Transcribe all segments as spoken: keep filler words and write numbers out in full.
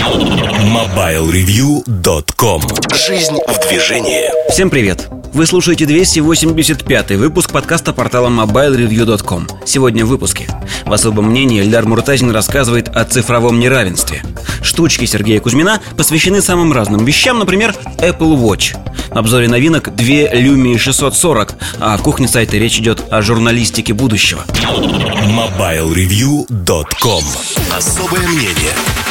мобайл ревью точка ком. Жизнь в движении. Всем привет! Вы слушаете двести восемьдесят пятый выпуск подкаста портала мобайл ревью точка ком. Сегодня в выпуске. В особом мнении Эльдар Муртазин рассказывает о цифровом неравенстве. Штучки Сергея Кузьмина посвящены самым разным вещам, например, Apple Watch. В обзоре новинок две Lumia шестьсот сорок, а в кухне сайта речь идет о журналистике будущего. мобайл ревью точка ком. Особое мнение.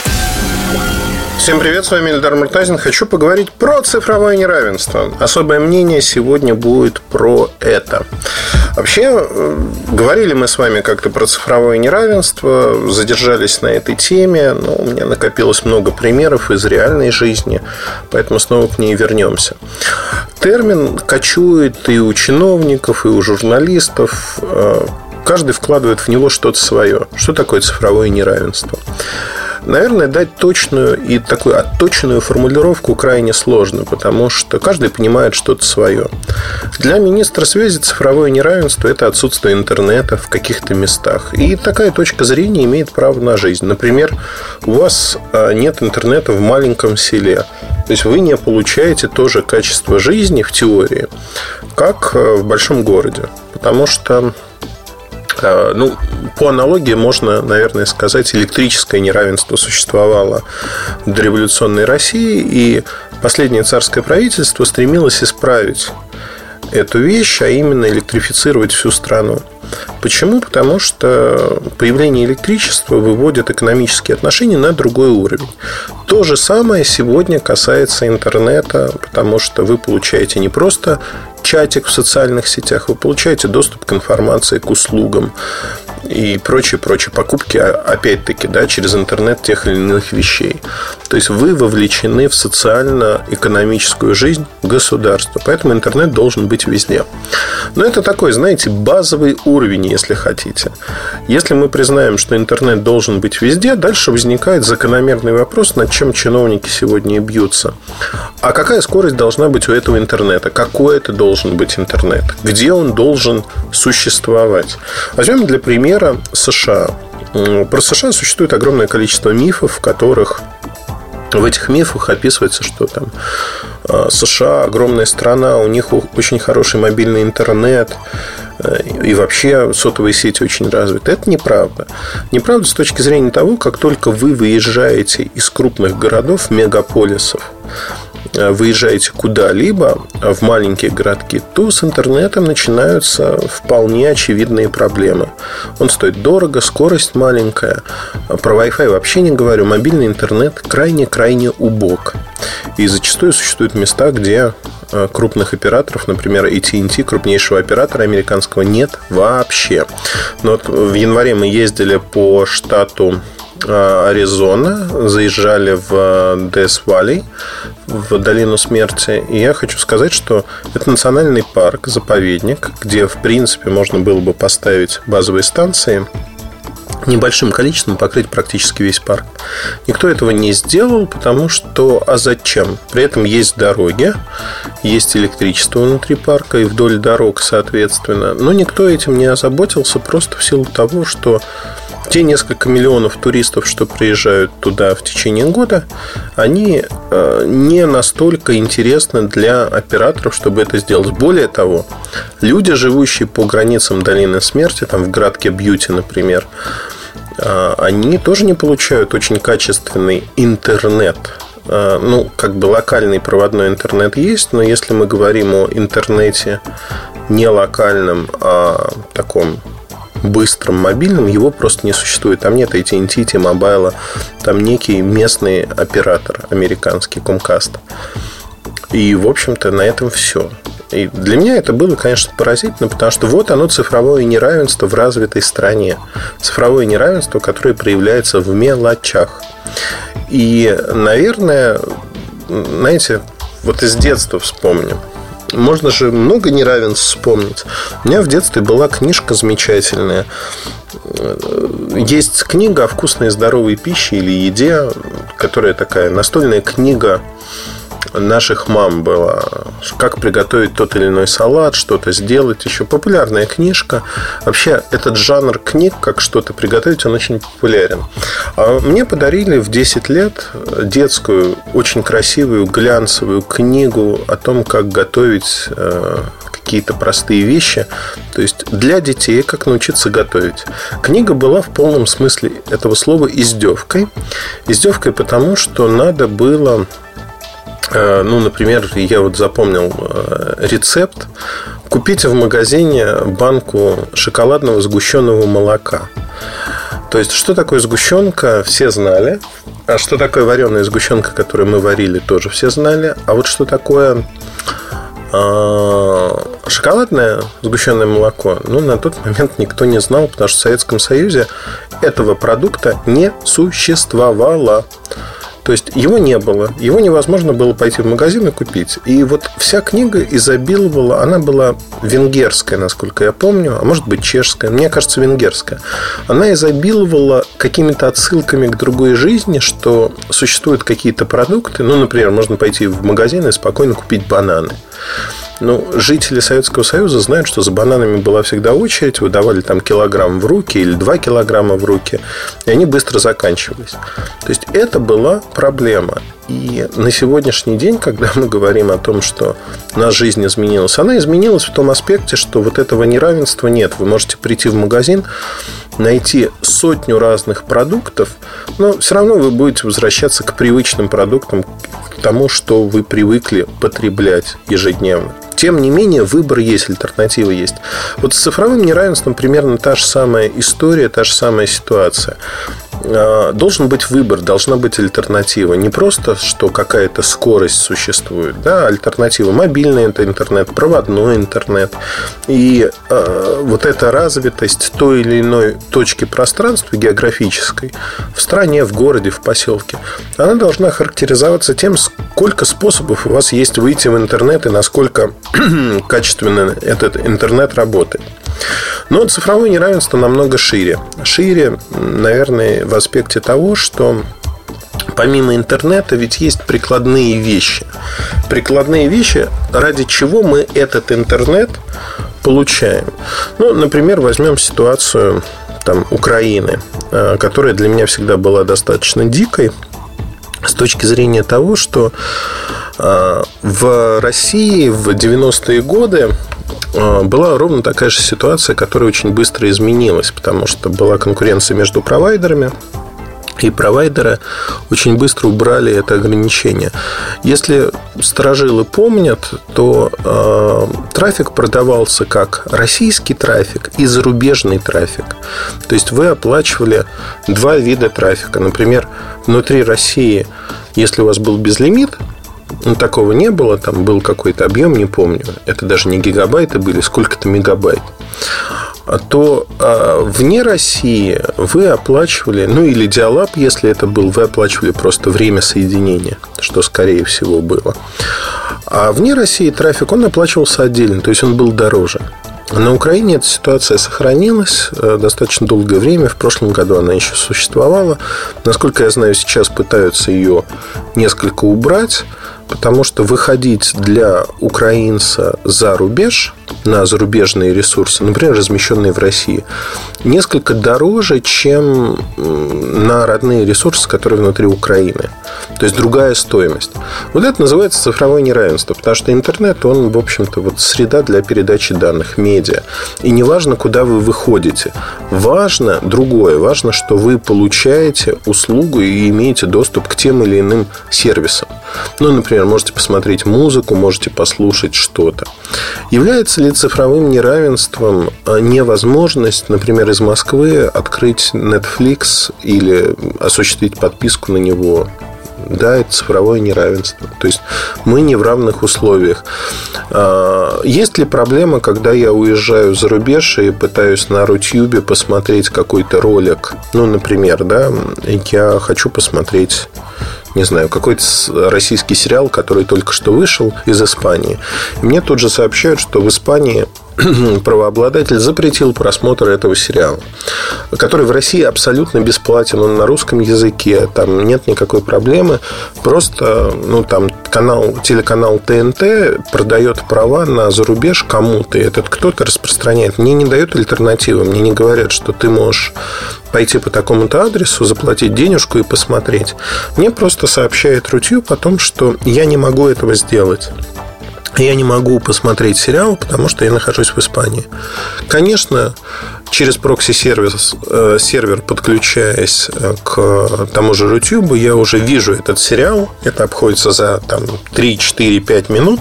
Всем привет, с вами Эльдар Муртазин. Хочу поговорить про цифровое неравенство. Особое мнение сегодня будет про это. Вообще, говорили мы с вами как-то про цифровое неравенство, задержались на этой теме, но у меня накопилось много примеров из реальной жизни, поэтому снова к ней вернемся. Термин кочует и у чиновников, и у журналистов. Каждый вкладывает в него что-то свое. Что такое цифровое неравенство? Наверное, дать точную и такую отточенную формулировку крайне сложно, потому что каждый понимает что-то свое. Для министра связи цифровое неравенство – это отсутствие интернета в каких-то местах. И такая точка зрения имеет право на жизнь. Например, у вас нет интернета в маленьком селе. То есть вы не получаете то же качество жизни в теории, как в большом городе. Потому что, ну, по аналогии можно, наверное, сказать, электрическое неравенство существовало в дореволюционной России, и последнее царское правительство стремилось исправить эту вещь, а именно электрифицировать всю страну. Почему? Потому что появление электричества выводит экономические отношения на другой уровень. То же самое сегодня касается интернета, потому что вы получаете не просто чатик в социальных сетях, вы получаете доступ к информации, к услугам и прочие-прочие покупки, опять-таки, да, через интернет тех или иных вещей. То есть вы вовлечены в социально-экономическую жизнь государства. Поэтому интернет должен быть везде. Но это такой, знаете, базовый уровень, если хотите. Если мы признаем, что интернет должен быть везде, дальше возникает закономерный вопрос, над чем чиновники сегодня и бьются. А какая скорость должна быть у этого интернета? Какой это должен быть интернет? Где он должен существовать? Возьмем для примера США. Про США существует огромное количество мифов, в которых в этих мифах описывается, что там США огромная страна, у них очень хороший мобильный интернет, и вообще сотовые сети очень развиты. Это неправда. Неправда с точки зрения того, как только вы выезжаете из крупных городов, мегаполисов, выезжаете куда-либо в маленькие городки, то с интернетом начинаются вполне очевидные проблемы. Он стоит дорого, скорость маленькая. Про Wi-Fi вообще не говорю. Мобильный интернет крайне-крайне убог. И зачастую существуют места, где крупных операторов, например, эй ти энд ти, крупнейшего оператора американского, нет вообще. Но вот в январе мы ездили по штату Аризона, заезжали в Дэс-Валли, в долину смерти. И я хочу сказать, что это национальный парк, заповедник, где, в принципе, можно было бы поставить базовые станции, небольшим количеством покрыть практически весь парк. Никто этого не сделал, потому что, а зачем? При этом есть дороги, есть электричество внутри парка и вдоль дорог, соответственно. Но никто этим не озаботился просто в силу того, что те несколько миллионов туристов, что приезжают туда в течение года, они не настолько интересны для операторов, чтобы это сделать. Более того, люди, живущие по границам долины смерти, там в городке Бьюти, например, они тоже не получают очень качественный интернет. Ну, как бы локальный проводной интернет есть, но если мы говорим о интернете не локальном, а таком быстрым мобильным, его просто не существует. Там нет эй ти энд ти, T-Mobile, там некий местный оператор американский, Comcast. И, в общем-то, на этом все. И для меня это было, конечно, поразительно, потому что вот оно, цифровое неравенство в развитой стране. Цифровое неравенство, которое проявляется в мелочах. И, наверное, знаете, вот из детства вспомню. Можно же много неравенств вспомнить. У меня в детстве была книжка замечательная. Есть книга о вкусной и здоровой пище или еде, которая такая настольная книга наших мам была. Как приготовить тот или иной салат, что-то сделать еще. Популярная книжка. Вообще, этот жанр книг, как что-то приготовить, он очень популярен. А мне подарили в десять лет детскую, очень красивую, глянцевую книгу о том, как готовить какие-то простые вещи. То есть для детей, как научиться готовить. Книга была в полном смысле этого слова издевкой. Издевкой потому, что надо было... Ну, например, я вот запомнил рецепт. Купите в магазине банку шоколадного сгущенного молока. То есть, что такое сгущенка, все знали. А что такое вареная сгущенка, которую мы варили, тоже все знали. А вот что такое шоколадное сгущенное молоко, ну, на тот момент никто не знал, потому что в Советском Союзе этого продукта не существовало. То есть его не было, его невозможно было пойти в магазин и купить. И вот вся книга изобиловала, она была венгерская, насколько я помню, а может быть чешская, мне кажется, венгерская. Она изобиловала какими-то отсылками к другой жизни, что существуют какие-то продукты. Ну, например, можно пойти в магазин и спокойно купить бананы. Ну, жители Советского Союза знают, что за бананами была всегда очередь, выдавали там килограмм в руки или два килограмма в руки, и они быстро заканчивались. То есть это была проблема. И на сегодняшний день, когда мы говорим о том, что наша жизнь изменилась, она изменилась в том аспекте, что вот этого неравенства нет. Вы можете прийти в магазин, найти сотню разных продуктов, но все равно вы будете возвращаться к привычным продуктам, к тому, что вы привыкли потреблять ежедневно. Тем не менее, выбор есть, альтернатива есть. Вот с цифровым неравенством примерно та же самая история, та же самая ситуация. Должен быть выбор, должна быть альтернатива. Не просто, что какая-то скорость существует, да, альтернатива. Мобильный интернет, проводной интернет. И э, вот эта развитость той или иной точки пространства географической в стране, в городе, в поселке, она должна характеризоваться тем, сколько способов у вас есть выйти в интернет и насколько качественно этот интернет работает. Но цифровое неравенство намного шире. Шире, наверное, в аспекте того, что помимо интернета ведь есть прикладные вещи. Прикладные вещи, ради чего мы этот интернет получаем. Ну, например, возьмем ситуацию там, Украины, которая для меня всегда была достаточно дикой с точки зрения того, что в России в девяностые годы была ровно такая же ситуация, которая очень быстро изменилась, потому что была конкуренция между провайдерами, и провайдеры очень быстро убрали это ограничение. Если старожилы помнят, то э, трафик продавался как российский трафик и зарубежный трафик. То есть вы оплачивали два вида трафика. Например, внутри России, если у вас был безлимит, ну, такого не было, там был какой-то объем, не помню, это даже не гигабайты были, сколько-то мегабайт, то а, вне России вы оплачивали, ну или диалап, если это был, вы оплачивали просто время соединения, что скорее всего было. А вне России трафик, он оплачивался отдельно, то есть он был дороже. На Украине эта ситуация сохранилась достаточно долгое время. В прошлом году она еще существовала. Насколько я знаю, сейчас пытаются ее несколько убрать, потому что выходить для украинца за рубеж, на зарубежные ресурсы, например, размещенные в России, несколько дороже, чем на родные ресурсы, которые внутри Украины. То есть другая стоимость. Вот это называется цифровое неравенство, потому что интернет, он, в общем-то, вот среда для передачи данных, медиа. И не важно, куда вы выходите. Важно другое. Важно, что вы получаете услугу и имеете доступ к тем или иным сервисам. Ну, например, можете посмотреть музыку, можете послушать что-то. Является ли цифровым неравенством невозможность, например, из Москвы открыть Netflix или осуществить подписку на него? Да, это цифровое неравенство. То есть мы не в равных условиях. Есть ли проблема, когда я уезжаю за рубеж и пытаюсь на Рутюбе посмотреть какой-то ролик? Ну, например, да, я хочу посмотреть, не знаю, какой-то российский сериал, который только что вышел из Испании. И мне тут же сообщают, что в Испании правообладатель запретил просмотр этого сериала, который в России абсолютно бесплатен, он на русском языке, там нет никакой проблемы. Просто, ну, там канал, телеканал ТНТ продает права на зарубеж кому-то, и этот кто-то распространяет. Мне не дают альтернативы, мне не говорят, что ты можешь пойти по такому-то адресу, заплатить денежку и посмотреть. Мне просто сообщает Рутюб о том, что я не могу этого сделать. Я не могу посмотреть сериал, потому что я нахожусь в Испании. Конечно, через прокси-сервер, сервер, подключаясь к тому же Рутюбу, я уже вижу этот сериал. Это обходится за там, три, четыре, пять минут.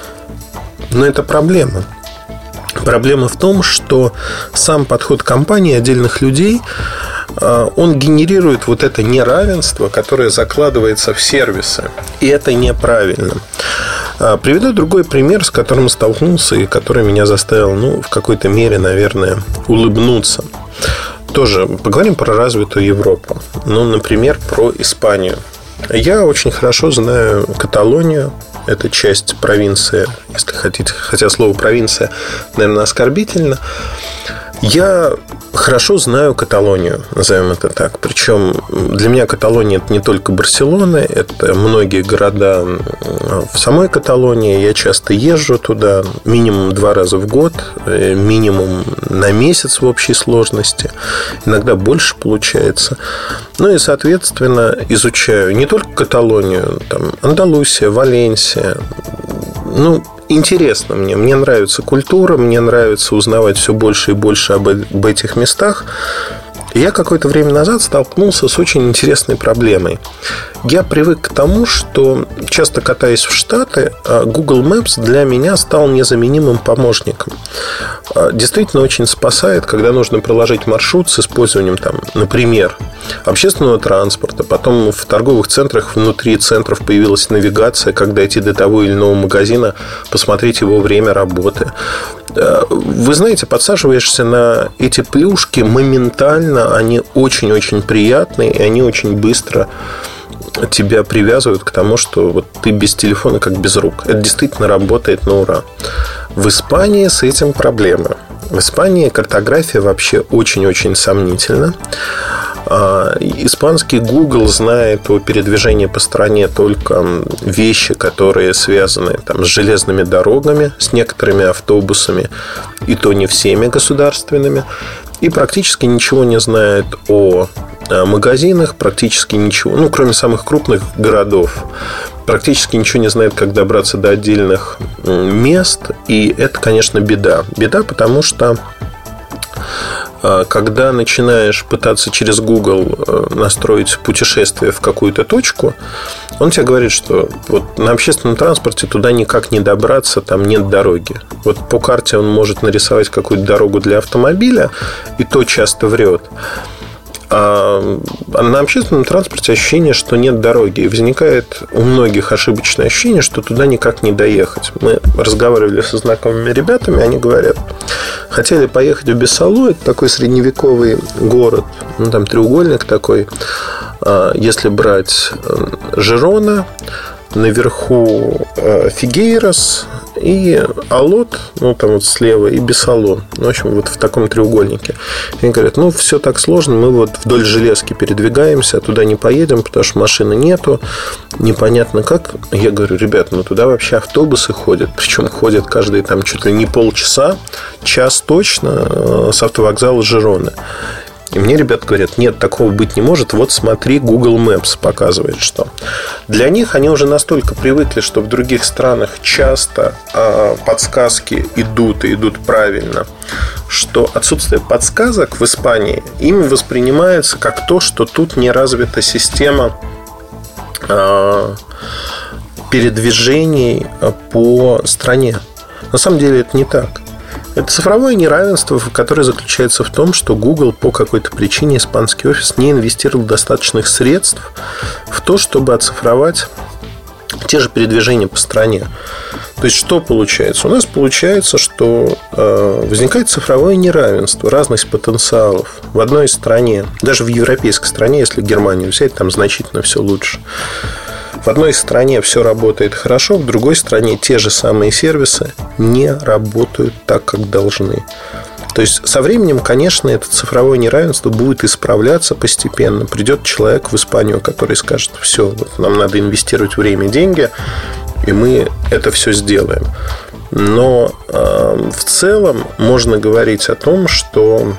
Но это проблема. Проблема в том, что сам подход компании, отдельных людей, он генерирует вот это неравенство, которое закладывается в сервисы. И это неправильно. Приведу другой пример, с которым столкнулся и который меня заставил, ну, в какой-то мере, наверное, улыбнуться. Тоже поговорим про развитую Европу. Ну, например, про Испанию. Я очень хорошо знаю Каталонию. Это часть провинции, если хотите. Хотя слово «провинция», наверное, оскорбительно. Я хорошо знаю Каталонию, назовем это так. Причем для меня Каталония – это не только Барселона, это многие города в самой Каталонии. Я часто езжу туда минимум два раза в год, минимум на месяц в общей сложности. Иногда больше получается. Ну и, соответственно, изучаю не только Каталонию, там Андалусия, Валенсия. Ну, интересно мне. Мне нравится культура, мне нравится узнавать все больше и больше об, об этих местах. И я какое-то время назад столкнулся с очень интересной проблемой. Я привык к тому, что, часто катаясь в Штаты, Google Maps для меня стал незаменимым помощником. Действительно очень спасает, когда нужно проложить маршрут с использованием, там, например, общественного транспорта. Потом в торговых центрах, внутри центров появилась навигация, как дойти до того или иного магазина, посмотреть его время работы. Вы знаете, подсаживаешься на эти плюшки моментально, они очень-очень приятные, и они очень быстро тебя привязывают к тому, что вот ты без телефона как без рук. Это действительно работает на ура. В Испании с этим проблемы. В Испании картография вообще очень-очень сомнительна. Испанский Google знает о передвижении по стране только вещи, которые связаны там, с железными дорогами, с некоторыми автобусами, и то не всеми государственными. И практически ничего не знает о магазинах, практически ничего, ну, кроме самых крупных городов. Практически ничего не знает, как добраться до отдельных мест. И это, конечно, беда. Беда, потому что когда начинаешь пытаться через Google настроить путешествие в какую-то точку, он тебе говорит, что вот на общественном транспорте туда никак не добраться, там нет дороги. Вот по карте он может нарисовать какую-то дорогу для автомобиля, и то часто врет. А на общественном транспорте ощущение, что нет дороги. И возникает у многих ошибочное ощущение, что туда никак не доехать. Мы разговаривали со знакомыми ребятами, они говорят, хотели поехать в Бесалу, это такой средневековый город, ну, там треугольник такой. Если брать Жирона, наверху Фигейрос и Алот, ну, там вот слева, и Бесало. В общем, вот в таком треугольнике. И они говорят, ну, все так сложно, мы вот вдоль железки передвигаемся, а туда не поедем, потому что машины нету, непонятно как. Я говорю, ребят, ну, туда вообще автобусы ходят, причем ходят каждые там чуть ли не полчаса, час точно с автовокзала Жироны. И мне ребята говорят, нет, такого быть не может. Вот смотри, Google Maps показывает, что. Для них они уже настолько привыкли, что в других странах часто э, подсказки идут и идут правильно, что отсутствие подсказок в Испании ими воспринимается как то, что тут не развита система э, передвижений по стране. На самом деле это не так. Это цифровое неравенство, которое заключается в том, что Google по какой-то причине, испанский офис, не инвестировал достаточных средств в то, чтобы оцифровать те же передвижения по стране. То есть, что получается? У нас получается, что э, возникает цифровое неравенство, разность потенциалов в одной стране. Даже в европейской стране, если Германию взять, там значительно все лучше. В одной стране все работает хорошо, в другой стране те же самые сервисы не работают так, как должны. То есть со временем, конечно, это цифровое неравенство будет исправляться постепенно. Придет человек в Испанию, который скажет: все, вот нам надо инвестировать время, деньги, и мы это все сделаем. Но э, в целом можно говорить о том, что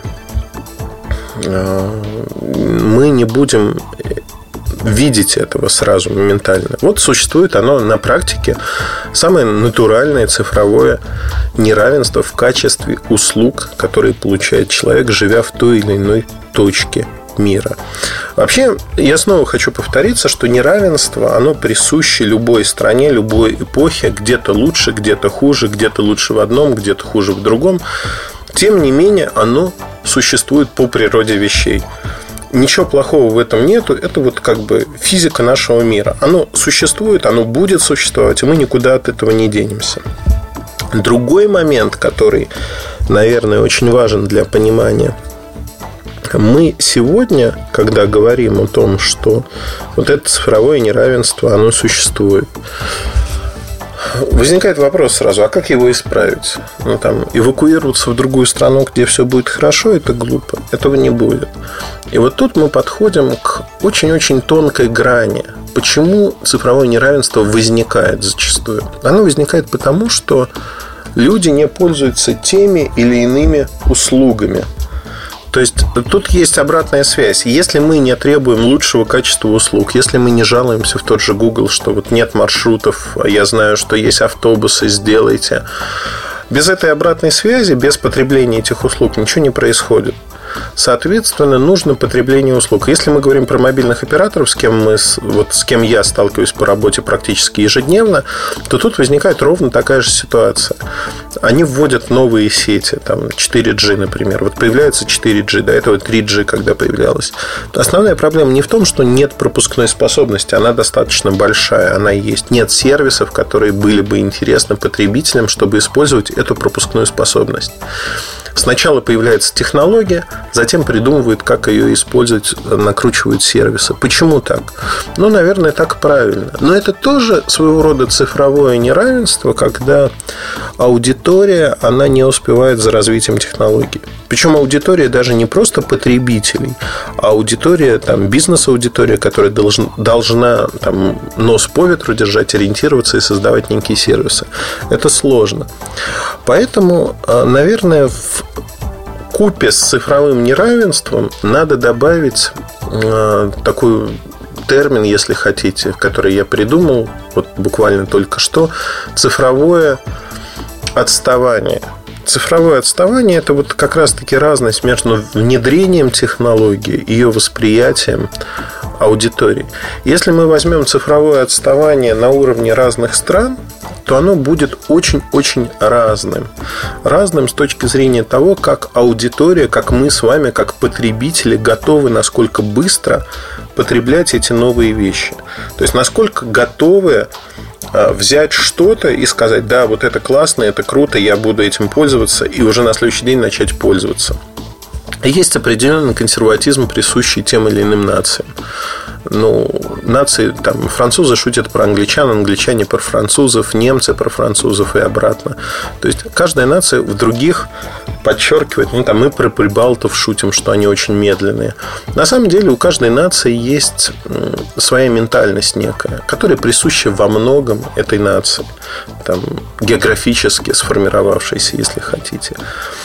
э, мы не будем видеть этого сразу моментально. Вот существует оно на практике, самое натуральное цифровое неравенство в качестве услуг, которые получает человек, живя в той или иной точке мира. Вообще, я снова хочу повториться, что неравенство, оно присуще любой стране, любой эпохе. Где-то лучше, где-то хуже, где-то лучше в одном, где-то хуже в другом. Тем не менее, оно существует по природе вещей. Ничего плохого в этом нету. Это вот как бы физика нашего мира. Оно существует, оно будет существовать, и мы никуда от этого не денемся. Другой момент, который, наверное, очень важен для понимания. Мы сегодня, когда говорим о том, что вот это цифровое неравенство, оно существует, возникает вопрос сразу: а как его исправить? Ну, там, эвакуироваться в другую страну, где все будет хорошо, это глупо. Этого не будет. И вот тут мы подходим к очень-очень тонкой грани. Почему цифровое неравенство возникает зачастую? Оно возникает потому, что люди не пользуются теми или иными услугами. То есть тут есть обратная связь. Если мы не требуем лучшего качества услуг, если мы не жалуемся в тот же Google, что вот нет маршрутов, а я знаю, что есть автобусы, сделайте. Без этой обратной связи, без потребления этих услуг ничего не происходит. Соответственно, нужно потребление услуг. Если мы говорим про мобильных операторов, с кем, мы, вот с кем я сталкиваюсь по работе практически ежедневно, то тут возникает ровно такая же ситуация. Они вводят новые сети, там четыре джи, например. Вот появляется четыре джи, до этого три джи, когда появлялась. Основная проблема не в том, что нет пропускной способности, она достаточно большая, она есть. Нет сервисов, которые были бы интересны потребителям, чтобы использовать эту пропускную способность. Сначала появляется технология, затем придумывают, как ее использовать, накручивают сервисы. Почему так? Ну, наверное, так правильно. Но это тоже своего рода цифровое неравенство, когда аудитория, она не успевает за развитием технологий. Причем аудитория даже не просто потребителей, а аудитория, там, бизнес-аудитория, которая должна, должна там, нос по ветру держать, ориентироваться и создавать некие сервисы. Это сложно. Поэтому, наверное, в купе с цифровым неравенством надо добавить э, такой термин, если хотите, который я придумал вот буквально только что: цифровое отставание. Цифровое отставание – это вот как раз-таки разность между внедрением технологии и ее восприятием аудитории. Если мы возьмем цифровое отставание на уровне разных стран, то оно будет очень-очень разным. Разным с точки зрения того, как аудитория, как мы с вами, как потребители готовы насколько быстро потреблять эти новые вещи. То есть, насколько готовы взять что-то и сказать: да, вот это классно, это круто, я буду этим пользоваться, и уже на следующий день начать пользоваться. Есть определенный консерватизм, присущий тем или иным нациям. Ну, нации, там, французы шутят про англичан, англичане про французов, немцы про французов и обратно. То есть каждая нация в других подчеркивает. Ну, там мы про прибалтов шутим, что они очень медленные. На самом деле у каждой нации есть своя ментальность некая, которая присуща во многом этой нации, там, географически сформировавшейся, если хотите.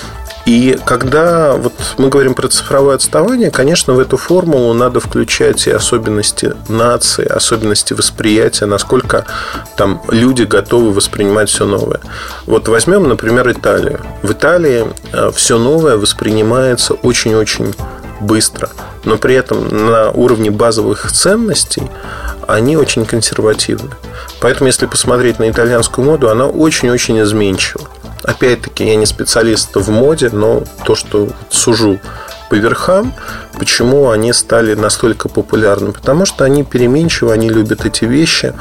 И когда вот мы говорим про цифровое отставание, конечно, в эту формулу надо включать и особенности нации, особенности восприятия, насколько там люди готовы воспринимать все новое. Вот возьмем, например, Италию. В Италии все новое воспринимается очень-очень быстро, но при этом на уровне базовых ценностей они очень консервативны. Поэтому, если посмотреть на итальянскую моду, она очень-очень изменчива. Опять-таки, я не специалист в моде, но то, что сужу по верхам, почему они стали настолько популярны. Потому что они переменчивы, они любят эти вещи.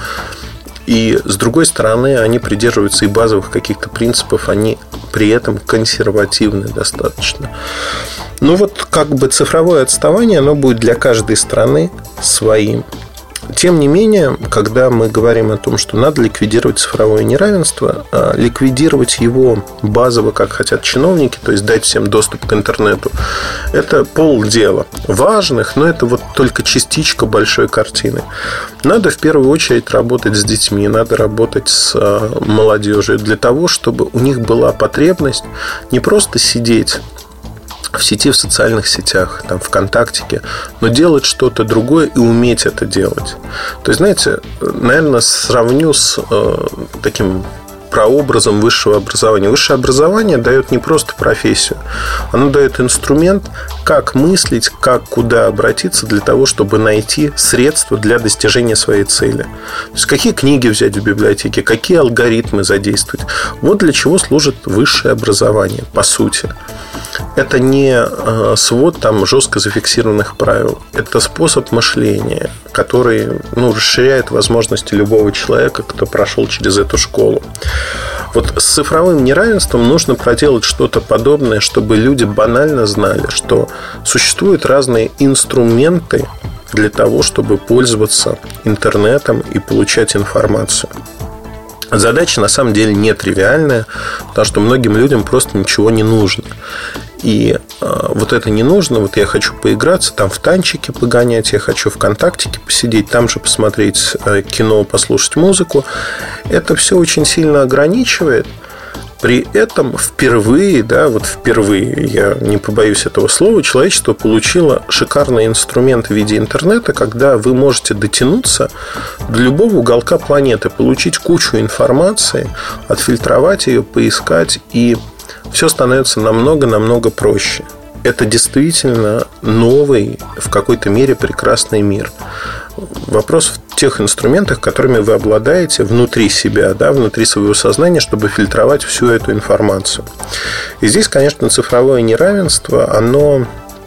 И, с другой стороны, они придерживаются и базовых каких-то принципов. Они при этом консервативны достаточно. Ну вот как бы цифровое отставание, оно будет для каждой страны своим. тем не менее, когда мы говорим о том, что надо ликвидировать цифровое неравенство, ликвидировать его базово, как хотят чиновники, то есть дать всем доступ к интернету, это полдела. Важных, но это вот только частичка большой картины. Надо в первую очередь работать с детьми, надо работать с молодежью для того, чтобы у них была потребность не просто сидеть в сети, в социальных сетях, там, ВКонтактике, но делать что-то другое и уметь это делать. То есть, знаете, наверное, сравню с э, таким прообразом высшего образования. Высшее образование дает не просто профессию, оно дает инструмент, как мыслить, как куда обратиться для того, чтобы найти средства для достижения своей цели. То есть, какие книги взять в библиотеке, какие алгоритмы задействовать. Вот для чего служит высшее образование, по сути. Это не свод там жестко зафиксированных правил. Это способ мышления, который, ну, расширяет возможности любого человека, кто прошел через эту школу. Вот с цифровым неравенством нужно проделать что-то подобное, чтобы люди банально знали, что существуют разные инструменты для того, чтобы пользоваться интернетом и получать информацию. Задача на самом деле нетривиальная, потому что многим людям просто ничего не нужно. И э, вот это не нужно. Вот я хочу поиграться, там в танчики погонять, я хочу ВКонтактике посидеть, там же посмотреть э, кино, послушать музыку. Это все очень сильно ограничивает. При этом впервые, да, вот впервые, я не побоюсь этого слова, человечество получило шикарный инструмент в виде интернета, когда вы можете дотянуться до любого уголка планеты, получить кучу информации, отфильтровать ее, поискать, и все становится намного-намного проще. Это действительно новый, в какой-то мере прекрасный мир. Вопрос в тех инструментах, которыми вы обладаете внутри себя, да, внутри своего сознания, чтобы фильтровать всю эту информацию. И здесь, конечно, цифровое неравенство, оно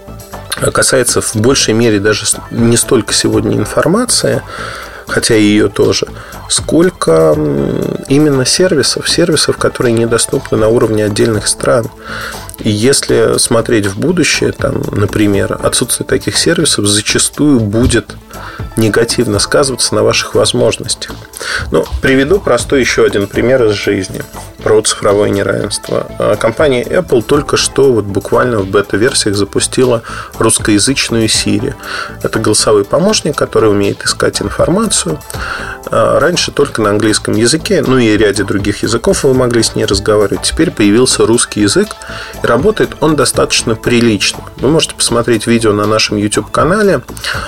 касается в большей мере даже не столько сегодня информации, хотя и ее тоже, сколько именно сервисов, сервисов, которые недоступны на уровне отдельных стран. И если смотреть в будущее, там, например, отсутствие таких сервисов зачастую будет негативно сказываться на ваших возможностях. Ну, приведу простой еще один пример из жизни про цифровое неравенство. Компания Apple только что, вот буквально в бета-версиях, запустила русскоязычную Siri. Это голосовой помощник, который умеет искать информацию. Раньше только на английском языке, ну и ряде других языков вы могли с ней разговаривать. Теперь появился русский язык, и работает он достаточно прилично. Вы можете посмотреть видео на нашем YouTube-канале.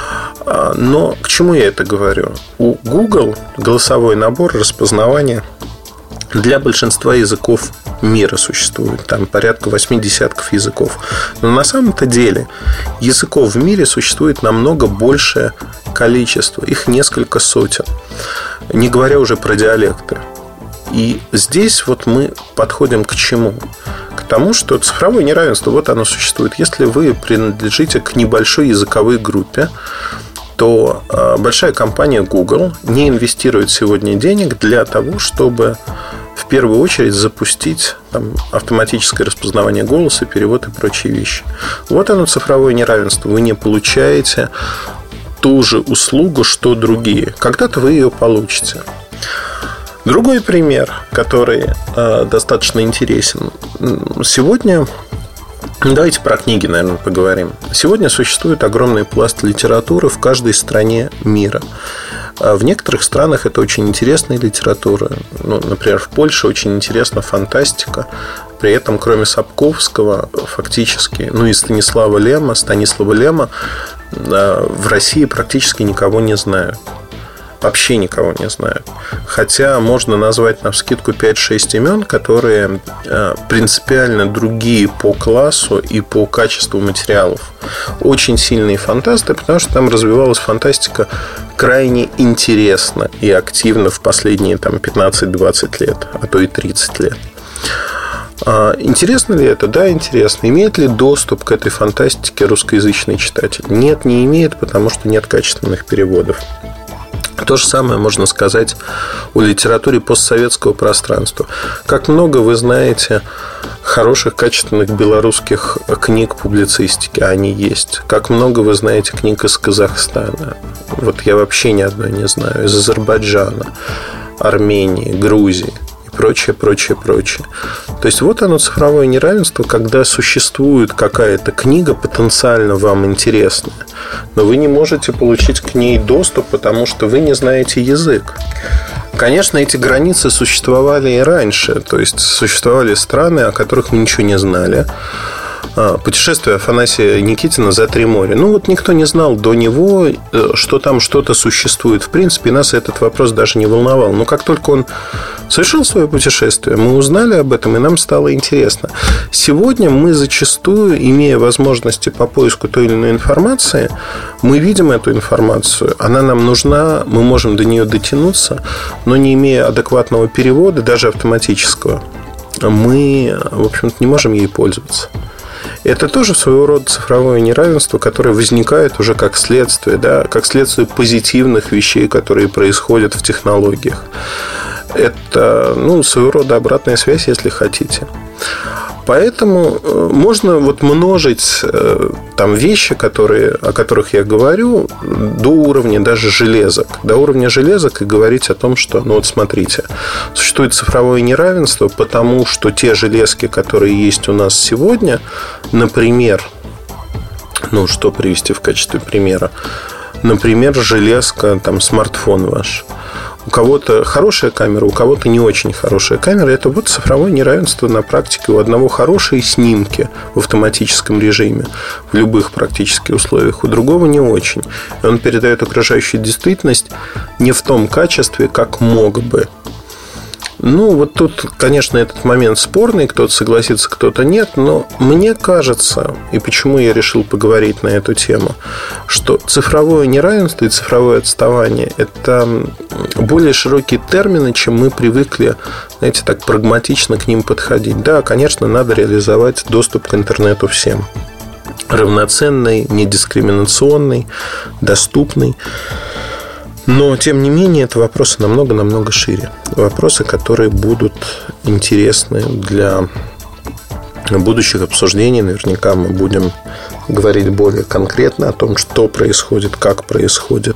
Но к чему я это говорю? У Google голосовой набор распознавания для большинства языков мира существует. Там порядка восьми десятков языков. Но на самом-то деле языков в мире существует намного большее количество. Их несколько сотен. Не говоря уже про диалекты. И здесь вот мы подходим к чему? К тому, что цифровое неравенство, вот оно существует. Если вы принадлежите к небольшой языковой группе, то большая компания Google не инвестирует сегодня денег для того, чтобы в первую очередь запустить там автоматическое распознавание голоса, перевод и прочие вещи. Вот оно, цифровое неравенство. Вы не получаете ту же услугу, что другие. Когда-то вы ее получите. Другой пример, который э, достаточно интересен. Сегодня, давайте про книги, наверное, поговорим. Сегодня существует огромный пласт литературы в каждой стране мира. В некоторых странах это очень интересная литература. Ну, например, в Польше очень интересна фантастика. При этом, кроме Сапковского, фактически, ну и Станислава Лема, Станислава Лема, в России практически никого не знают. Вообще никого не знают. Хотя можно назвать навскидку пять-шесть имен, которые принципиально другие по классу и по качеству материалов. Очень сильные фантасты, потому что там развивалась фантастика крайне интересно и активно в последние там, пятнадцать-двадцать лет, а то и тридцать лет. Интересно ли это? Да, интересно. Имеет ли доступ к этой фантастике русскоязычный читатель? Нет, не имеет, потому что нет качественных переводов. То же самое можно сказать о литературе постсоветского пространства. Как много вы знаете хороших, качественных белорусских книг публицистики, они есть. Как много вы знаете книг из Казахстана. Вот я вообще ни одной не знаю. Из Азербайджана, Армении, Грузии. Прочее, прочее, прочее. То есть вот оно, цифровое неравенство, когда существует какая-то книга потенциально вам интересная, но вы не можете получить к ней доступ, потому что вы не знаете язык. Конечно, эти границы существовали и раньше. То есть существовали страны, о которых мы ничего не знали. Путешествие Афанасия Никитина за три моря. Ну вот никто не знал до него, что там что-то существует. В принципе, нас этот вопрос даже не волновал. Но как только он совершил свое путешествие, мы узнали об этом, и нам стало интересно. Сегодня мы зачастую, имея возможности по поиску той или иной информации, мы видим эту информацию, она нам нужна, мы можем до нее дотянуться, но не имея адекватного перевода, даже автоматического, мы, в общем-то, не можем ей пользоваться. Это тоже своего рода цифровое неравенство, которое возникает уже как следствие, да, как следствие позитивных вещей, которые происходят в технологиях. Это, ну, своего рода обратная связь, если хотите. Поэтому можно вот множить там вещи, которые, о которых я говорю, до уровня даже железок. До уровня железок и говорить о том, что, ну вот смотрите, существует цифровое неравенство, потому что те железки, которые есть у нас сегодня, например, ну что привести в качестве примера? Например, железка, там, смартфон ваш. У кого-то хорошая камера, у кого-то не очень хорошая камера. Это вот цифровое неравенство на практике. У одного хорошие снимки в автоматическом режиме, в любых практически условиях, у другого не очень. И он передает окружающую действительность не в том качестве, как мог бы. Ну, вот тут, конечно, этот момент спорный. Кто-то согласится, кто-то нет. Но мне кажется, и почему я решил поговорить на эту тему, что цифровое неравенство и цифровое отставание – это более широкие термины, чем мы привыкли, знаете, так прагматично к ним подходить. Да, конечно, надо реализовать доступ к интернету всем. Равноценный, недискриминационный, доступный. Но, тем не менее, это вопросы намного-намного шире. Вопросы, которые будут интересны для будущих обсуждений. Наверняка мы будем говорить более конкретно о том, что происходит, как происходит.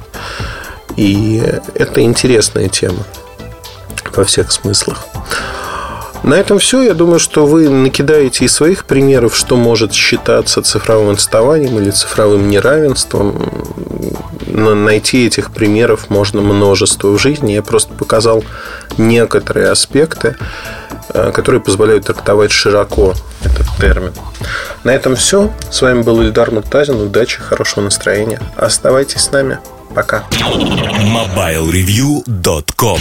И это интересная тема во всех смыслах. На этом все. Я думаю, что вы накидаете из своих примеров, что может считаться цифровым отставанием или цифровым неравенством. Найти этих примеров можно множество в жизни. Я просто показал некоторые аспекты, которые позволяют трактовать широко этот термин. На этом все. С вами был Ильдар Муртазин. Удачи, хорошего настроения. Оставайтесь с нами. Пока. мобайл ревью точка ком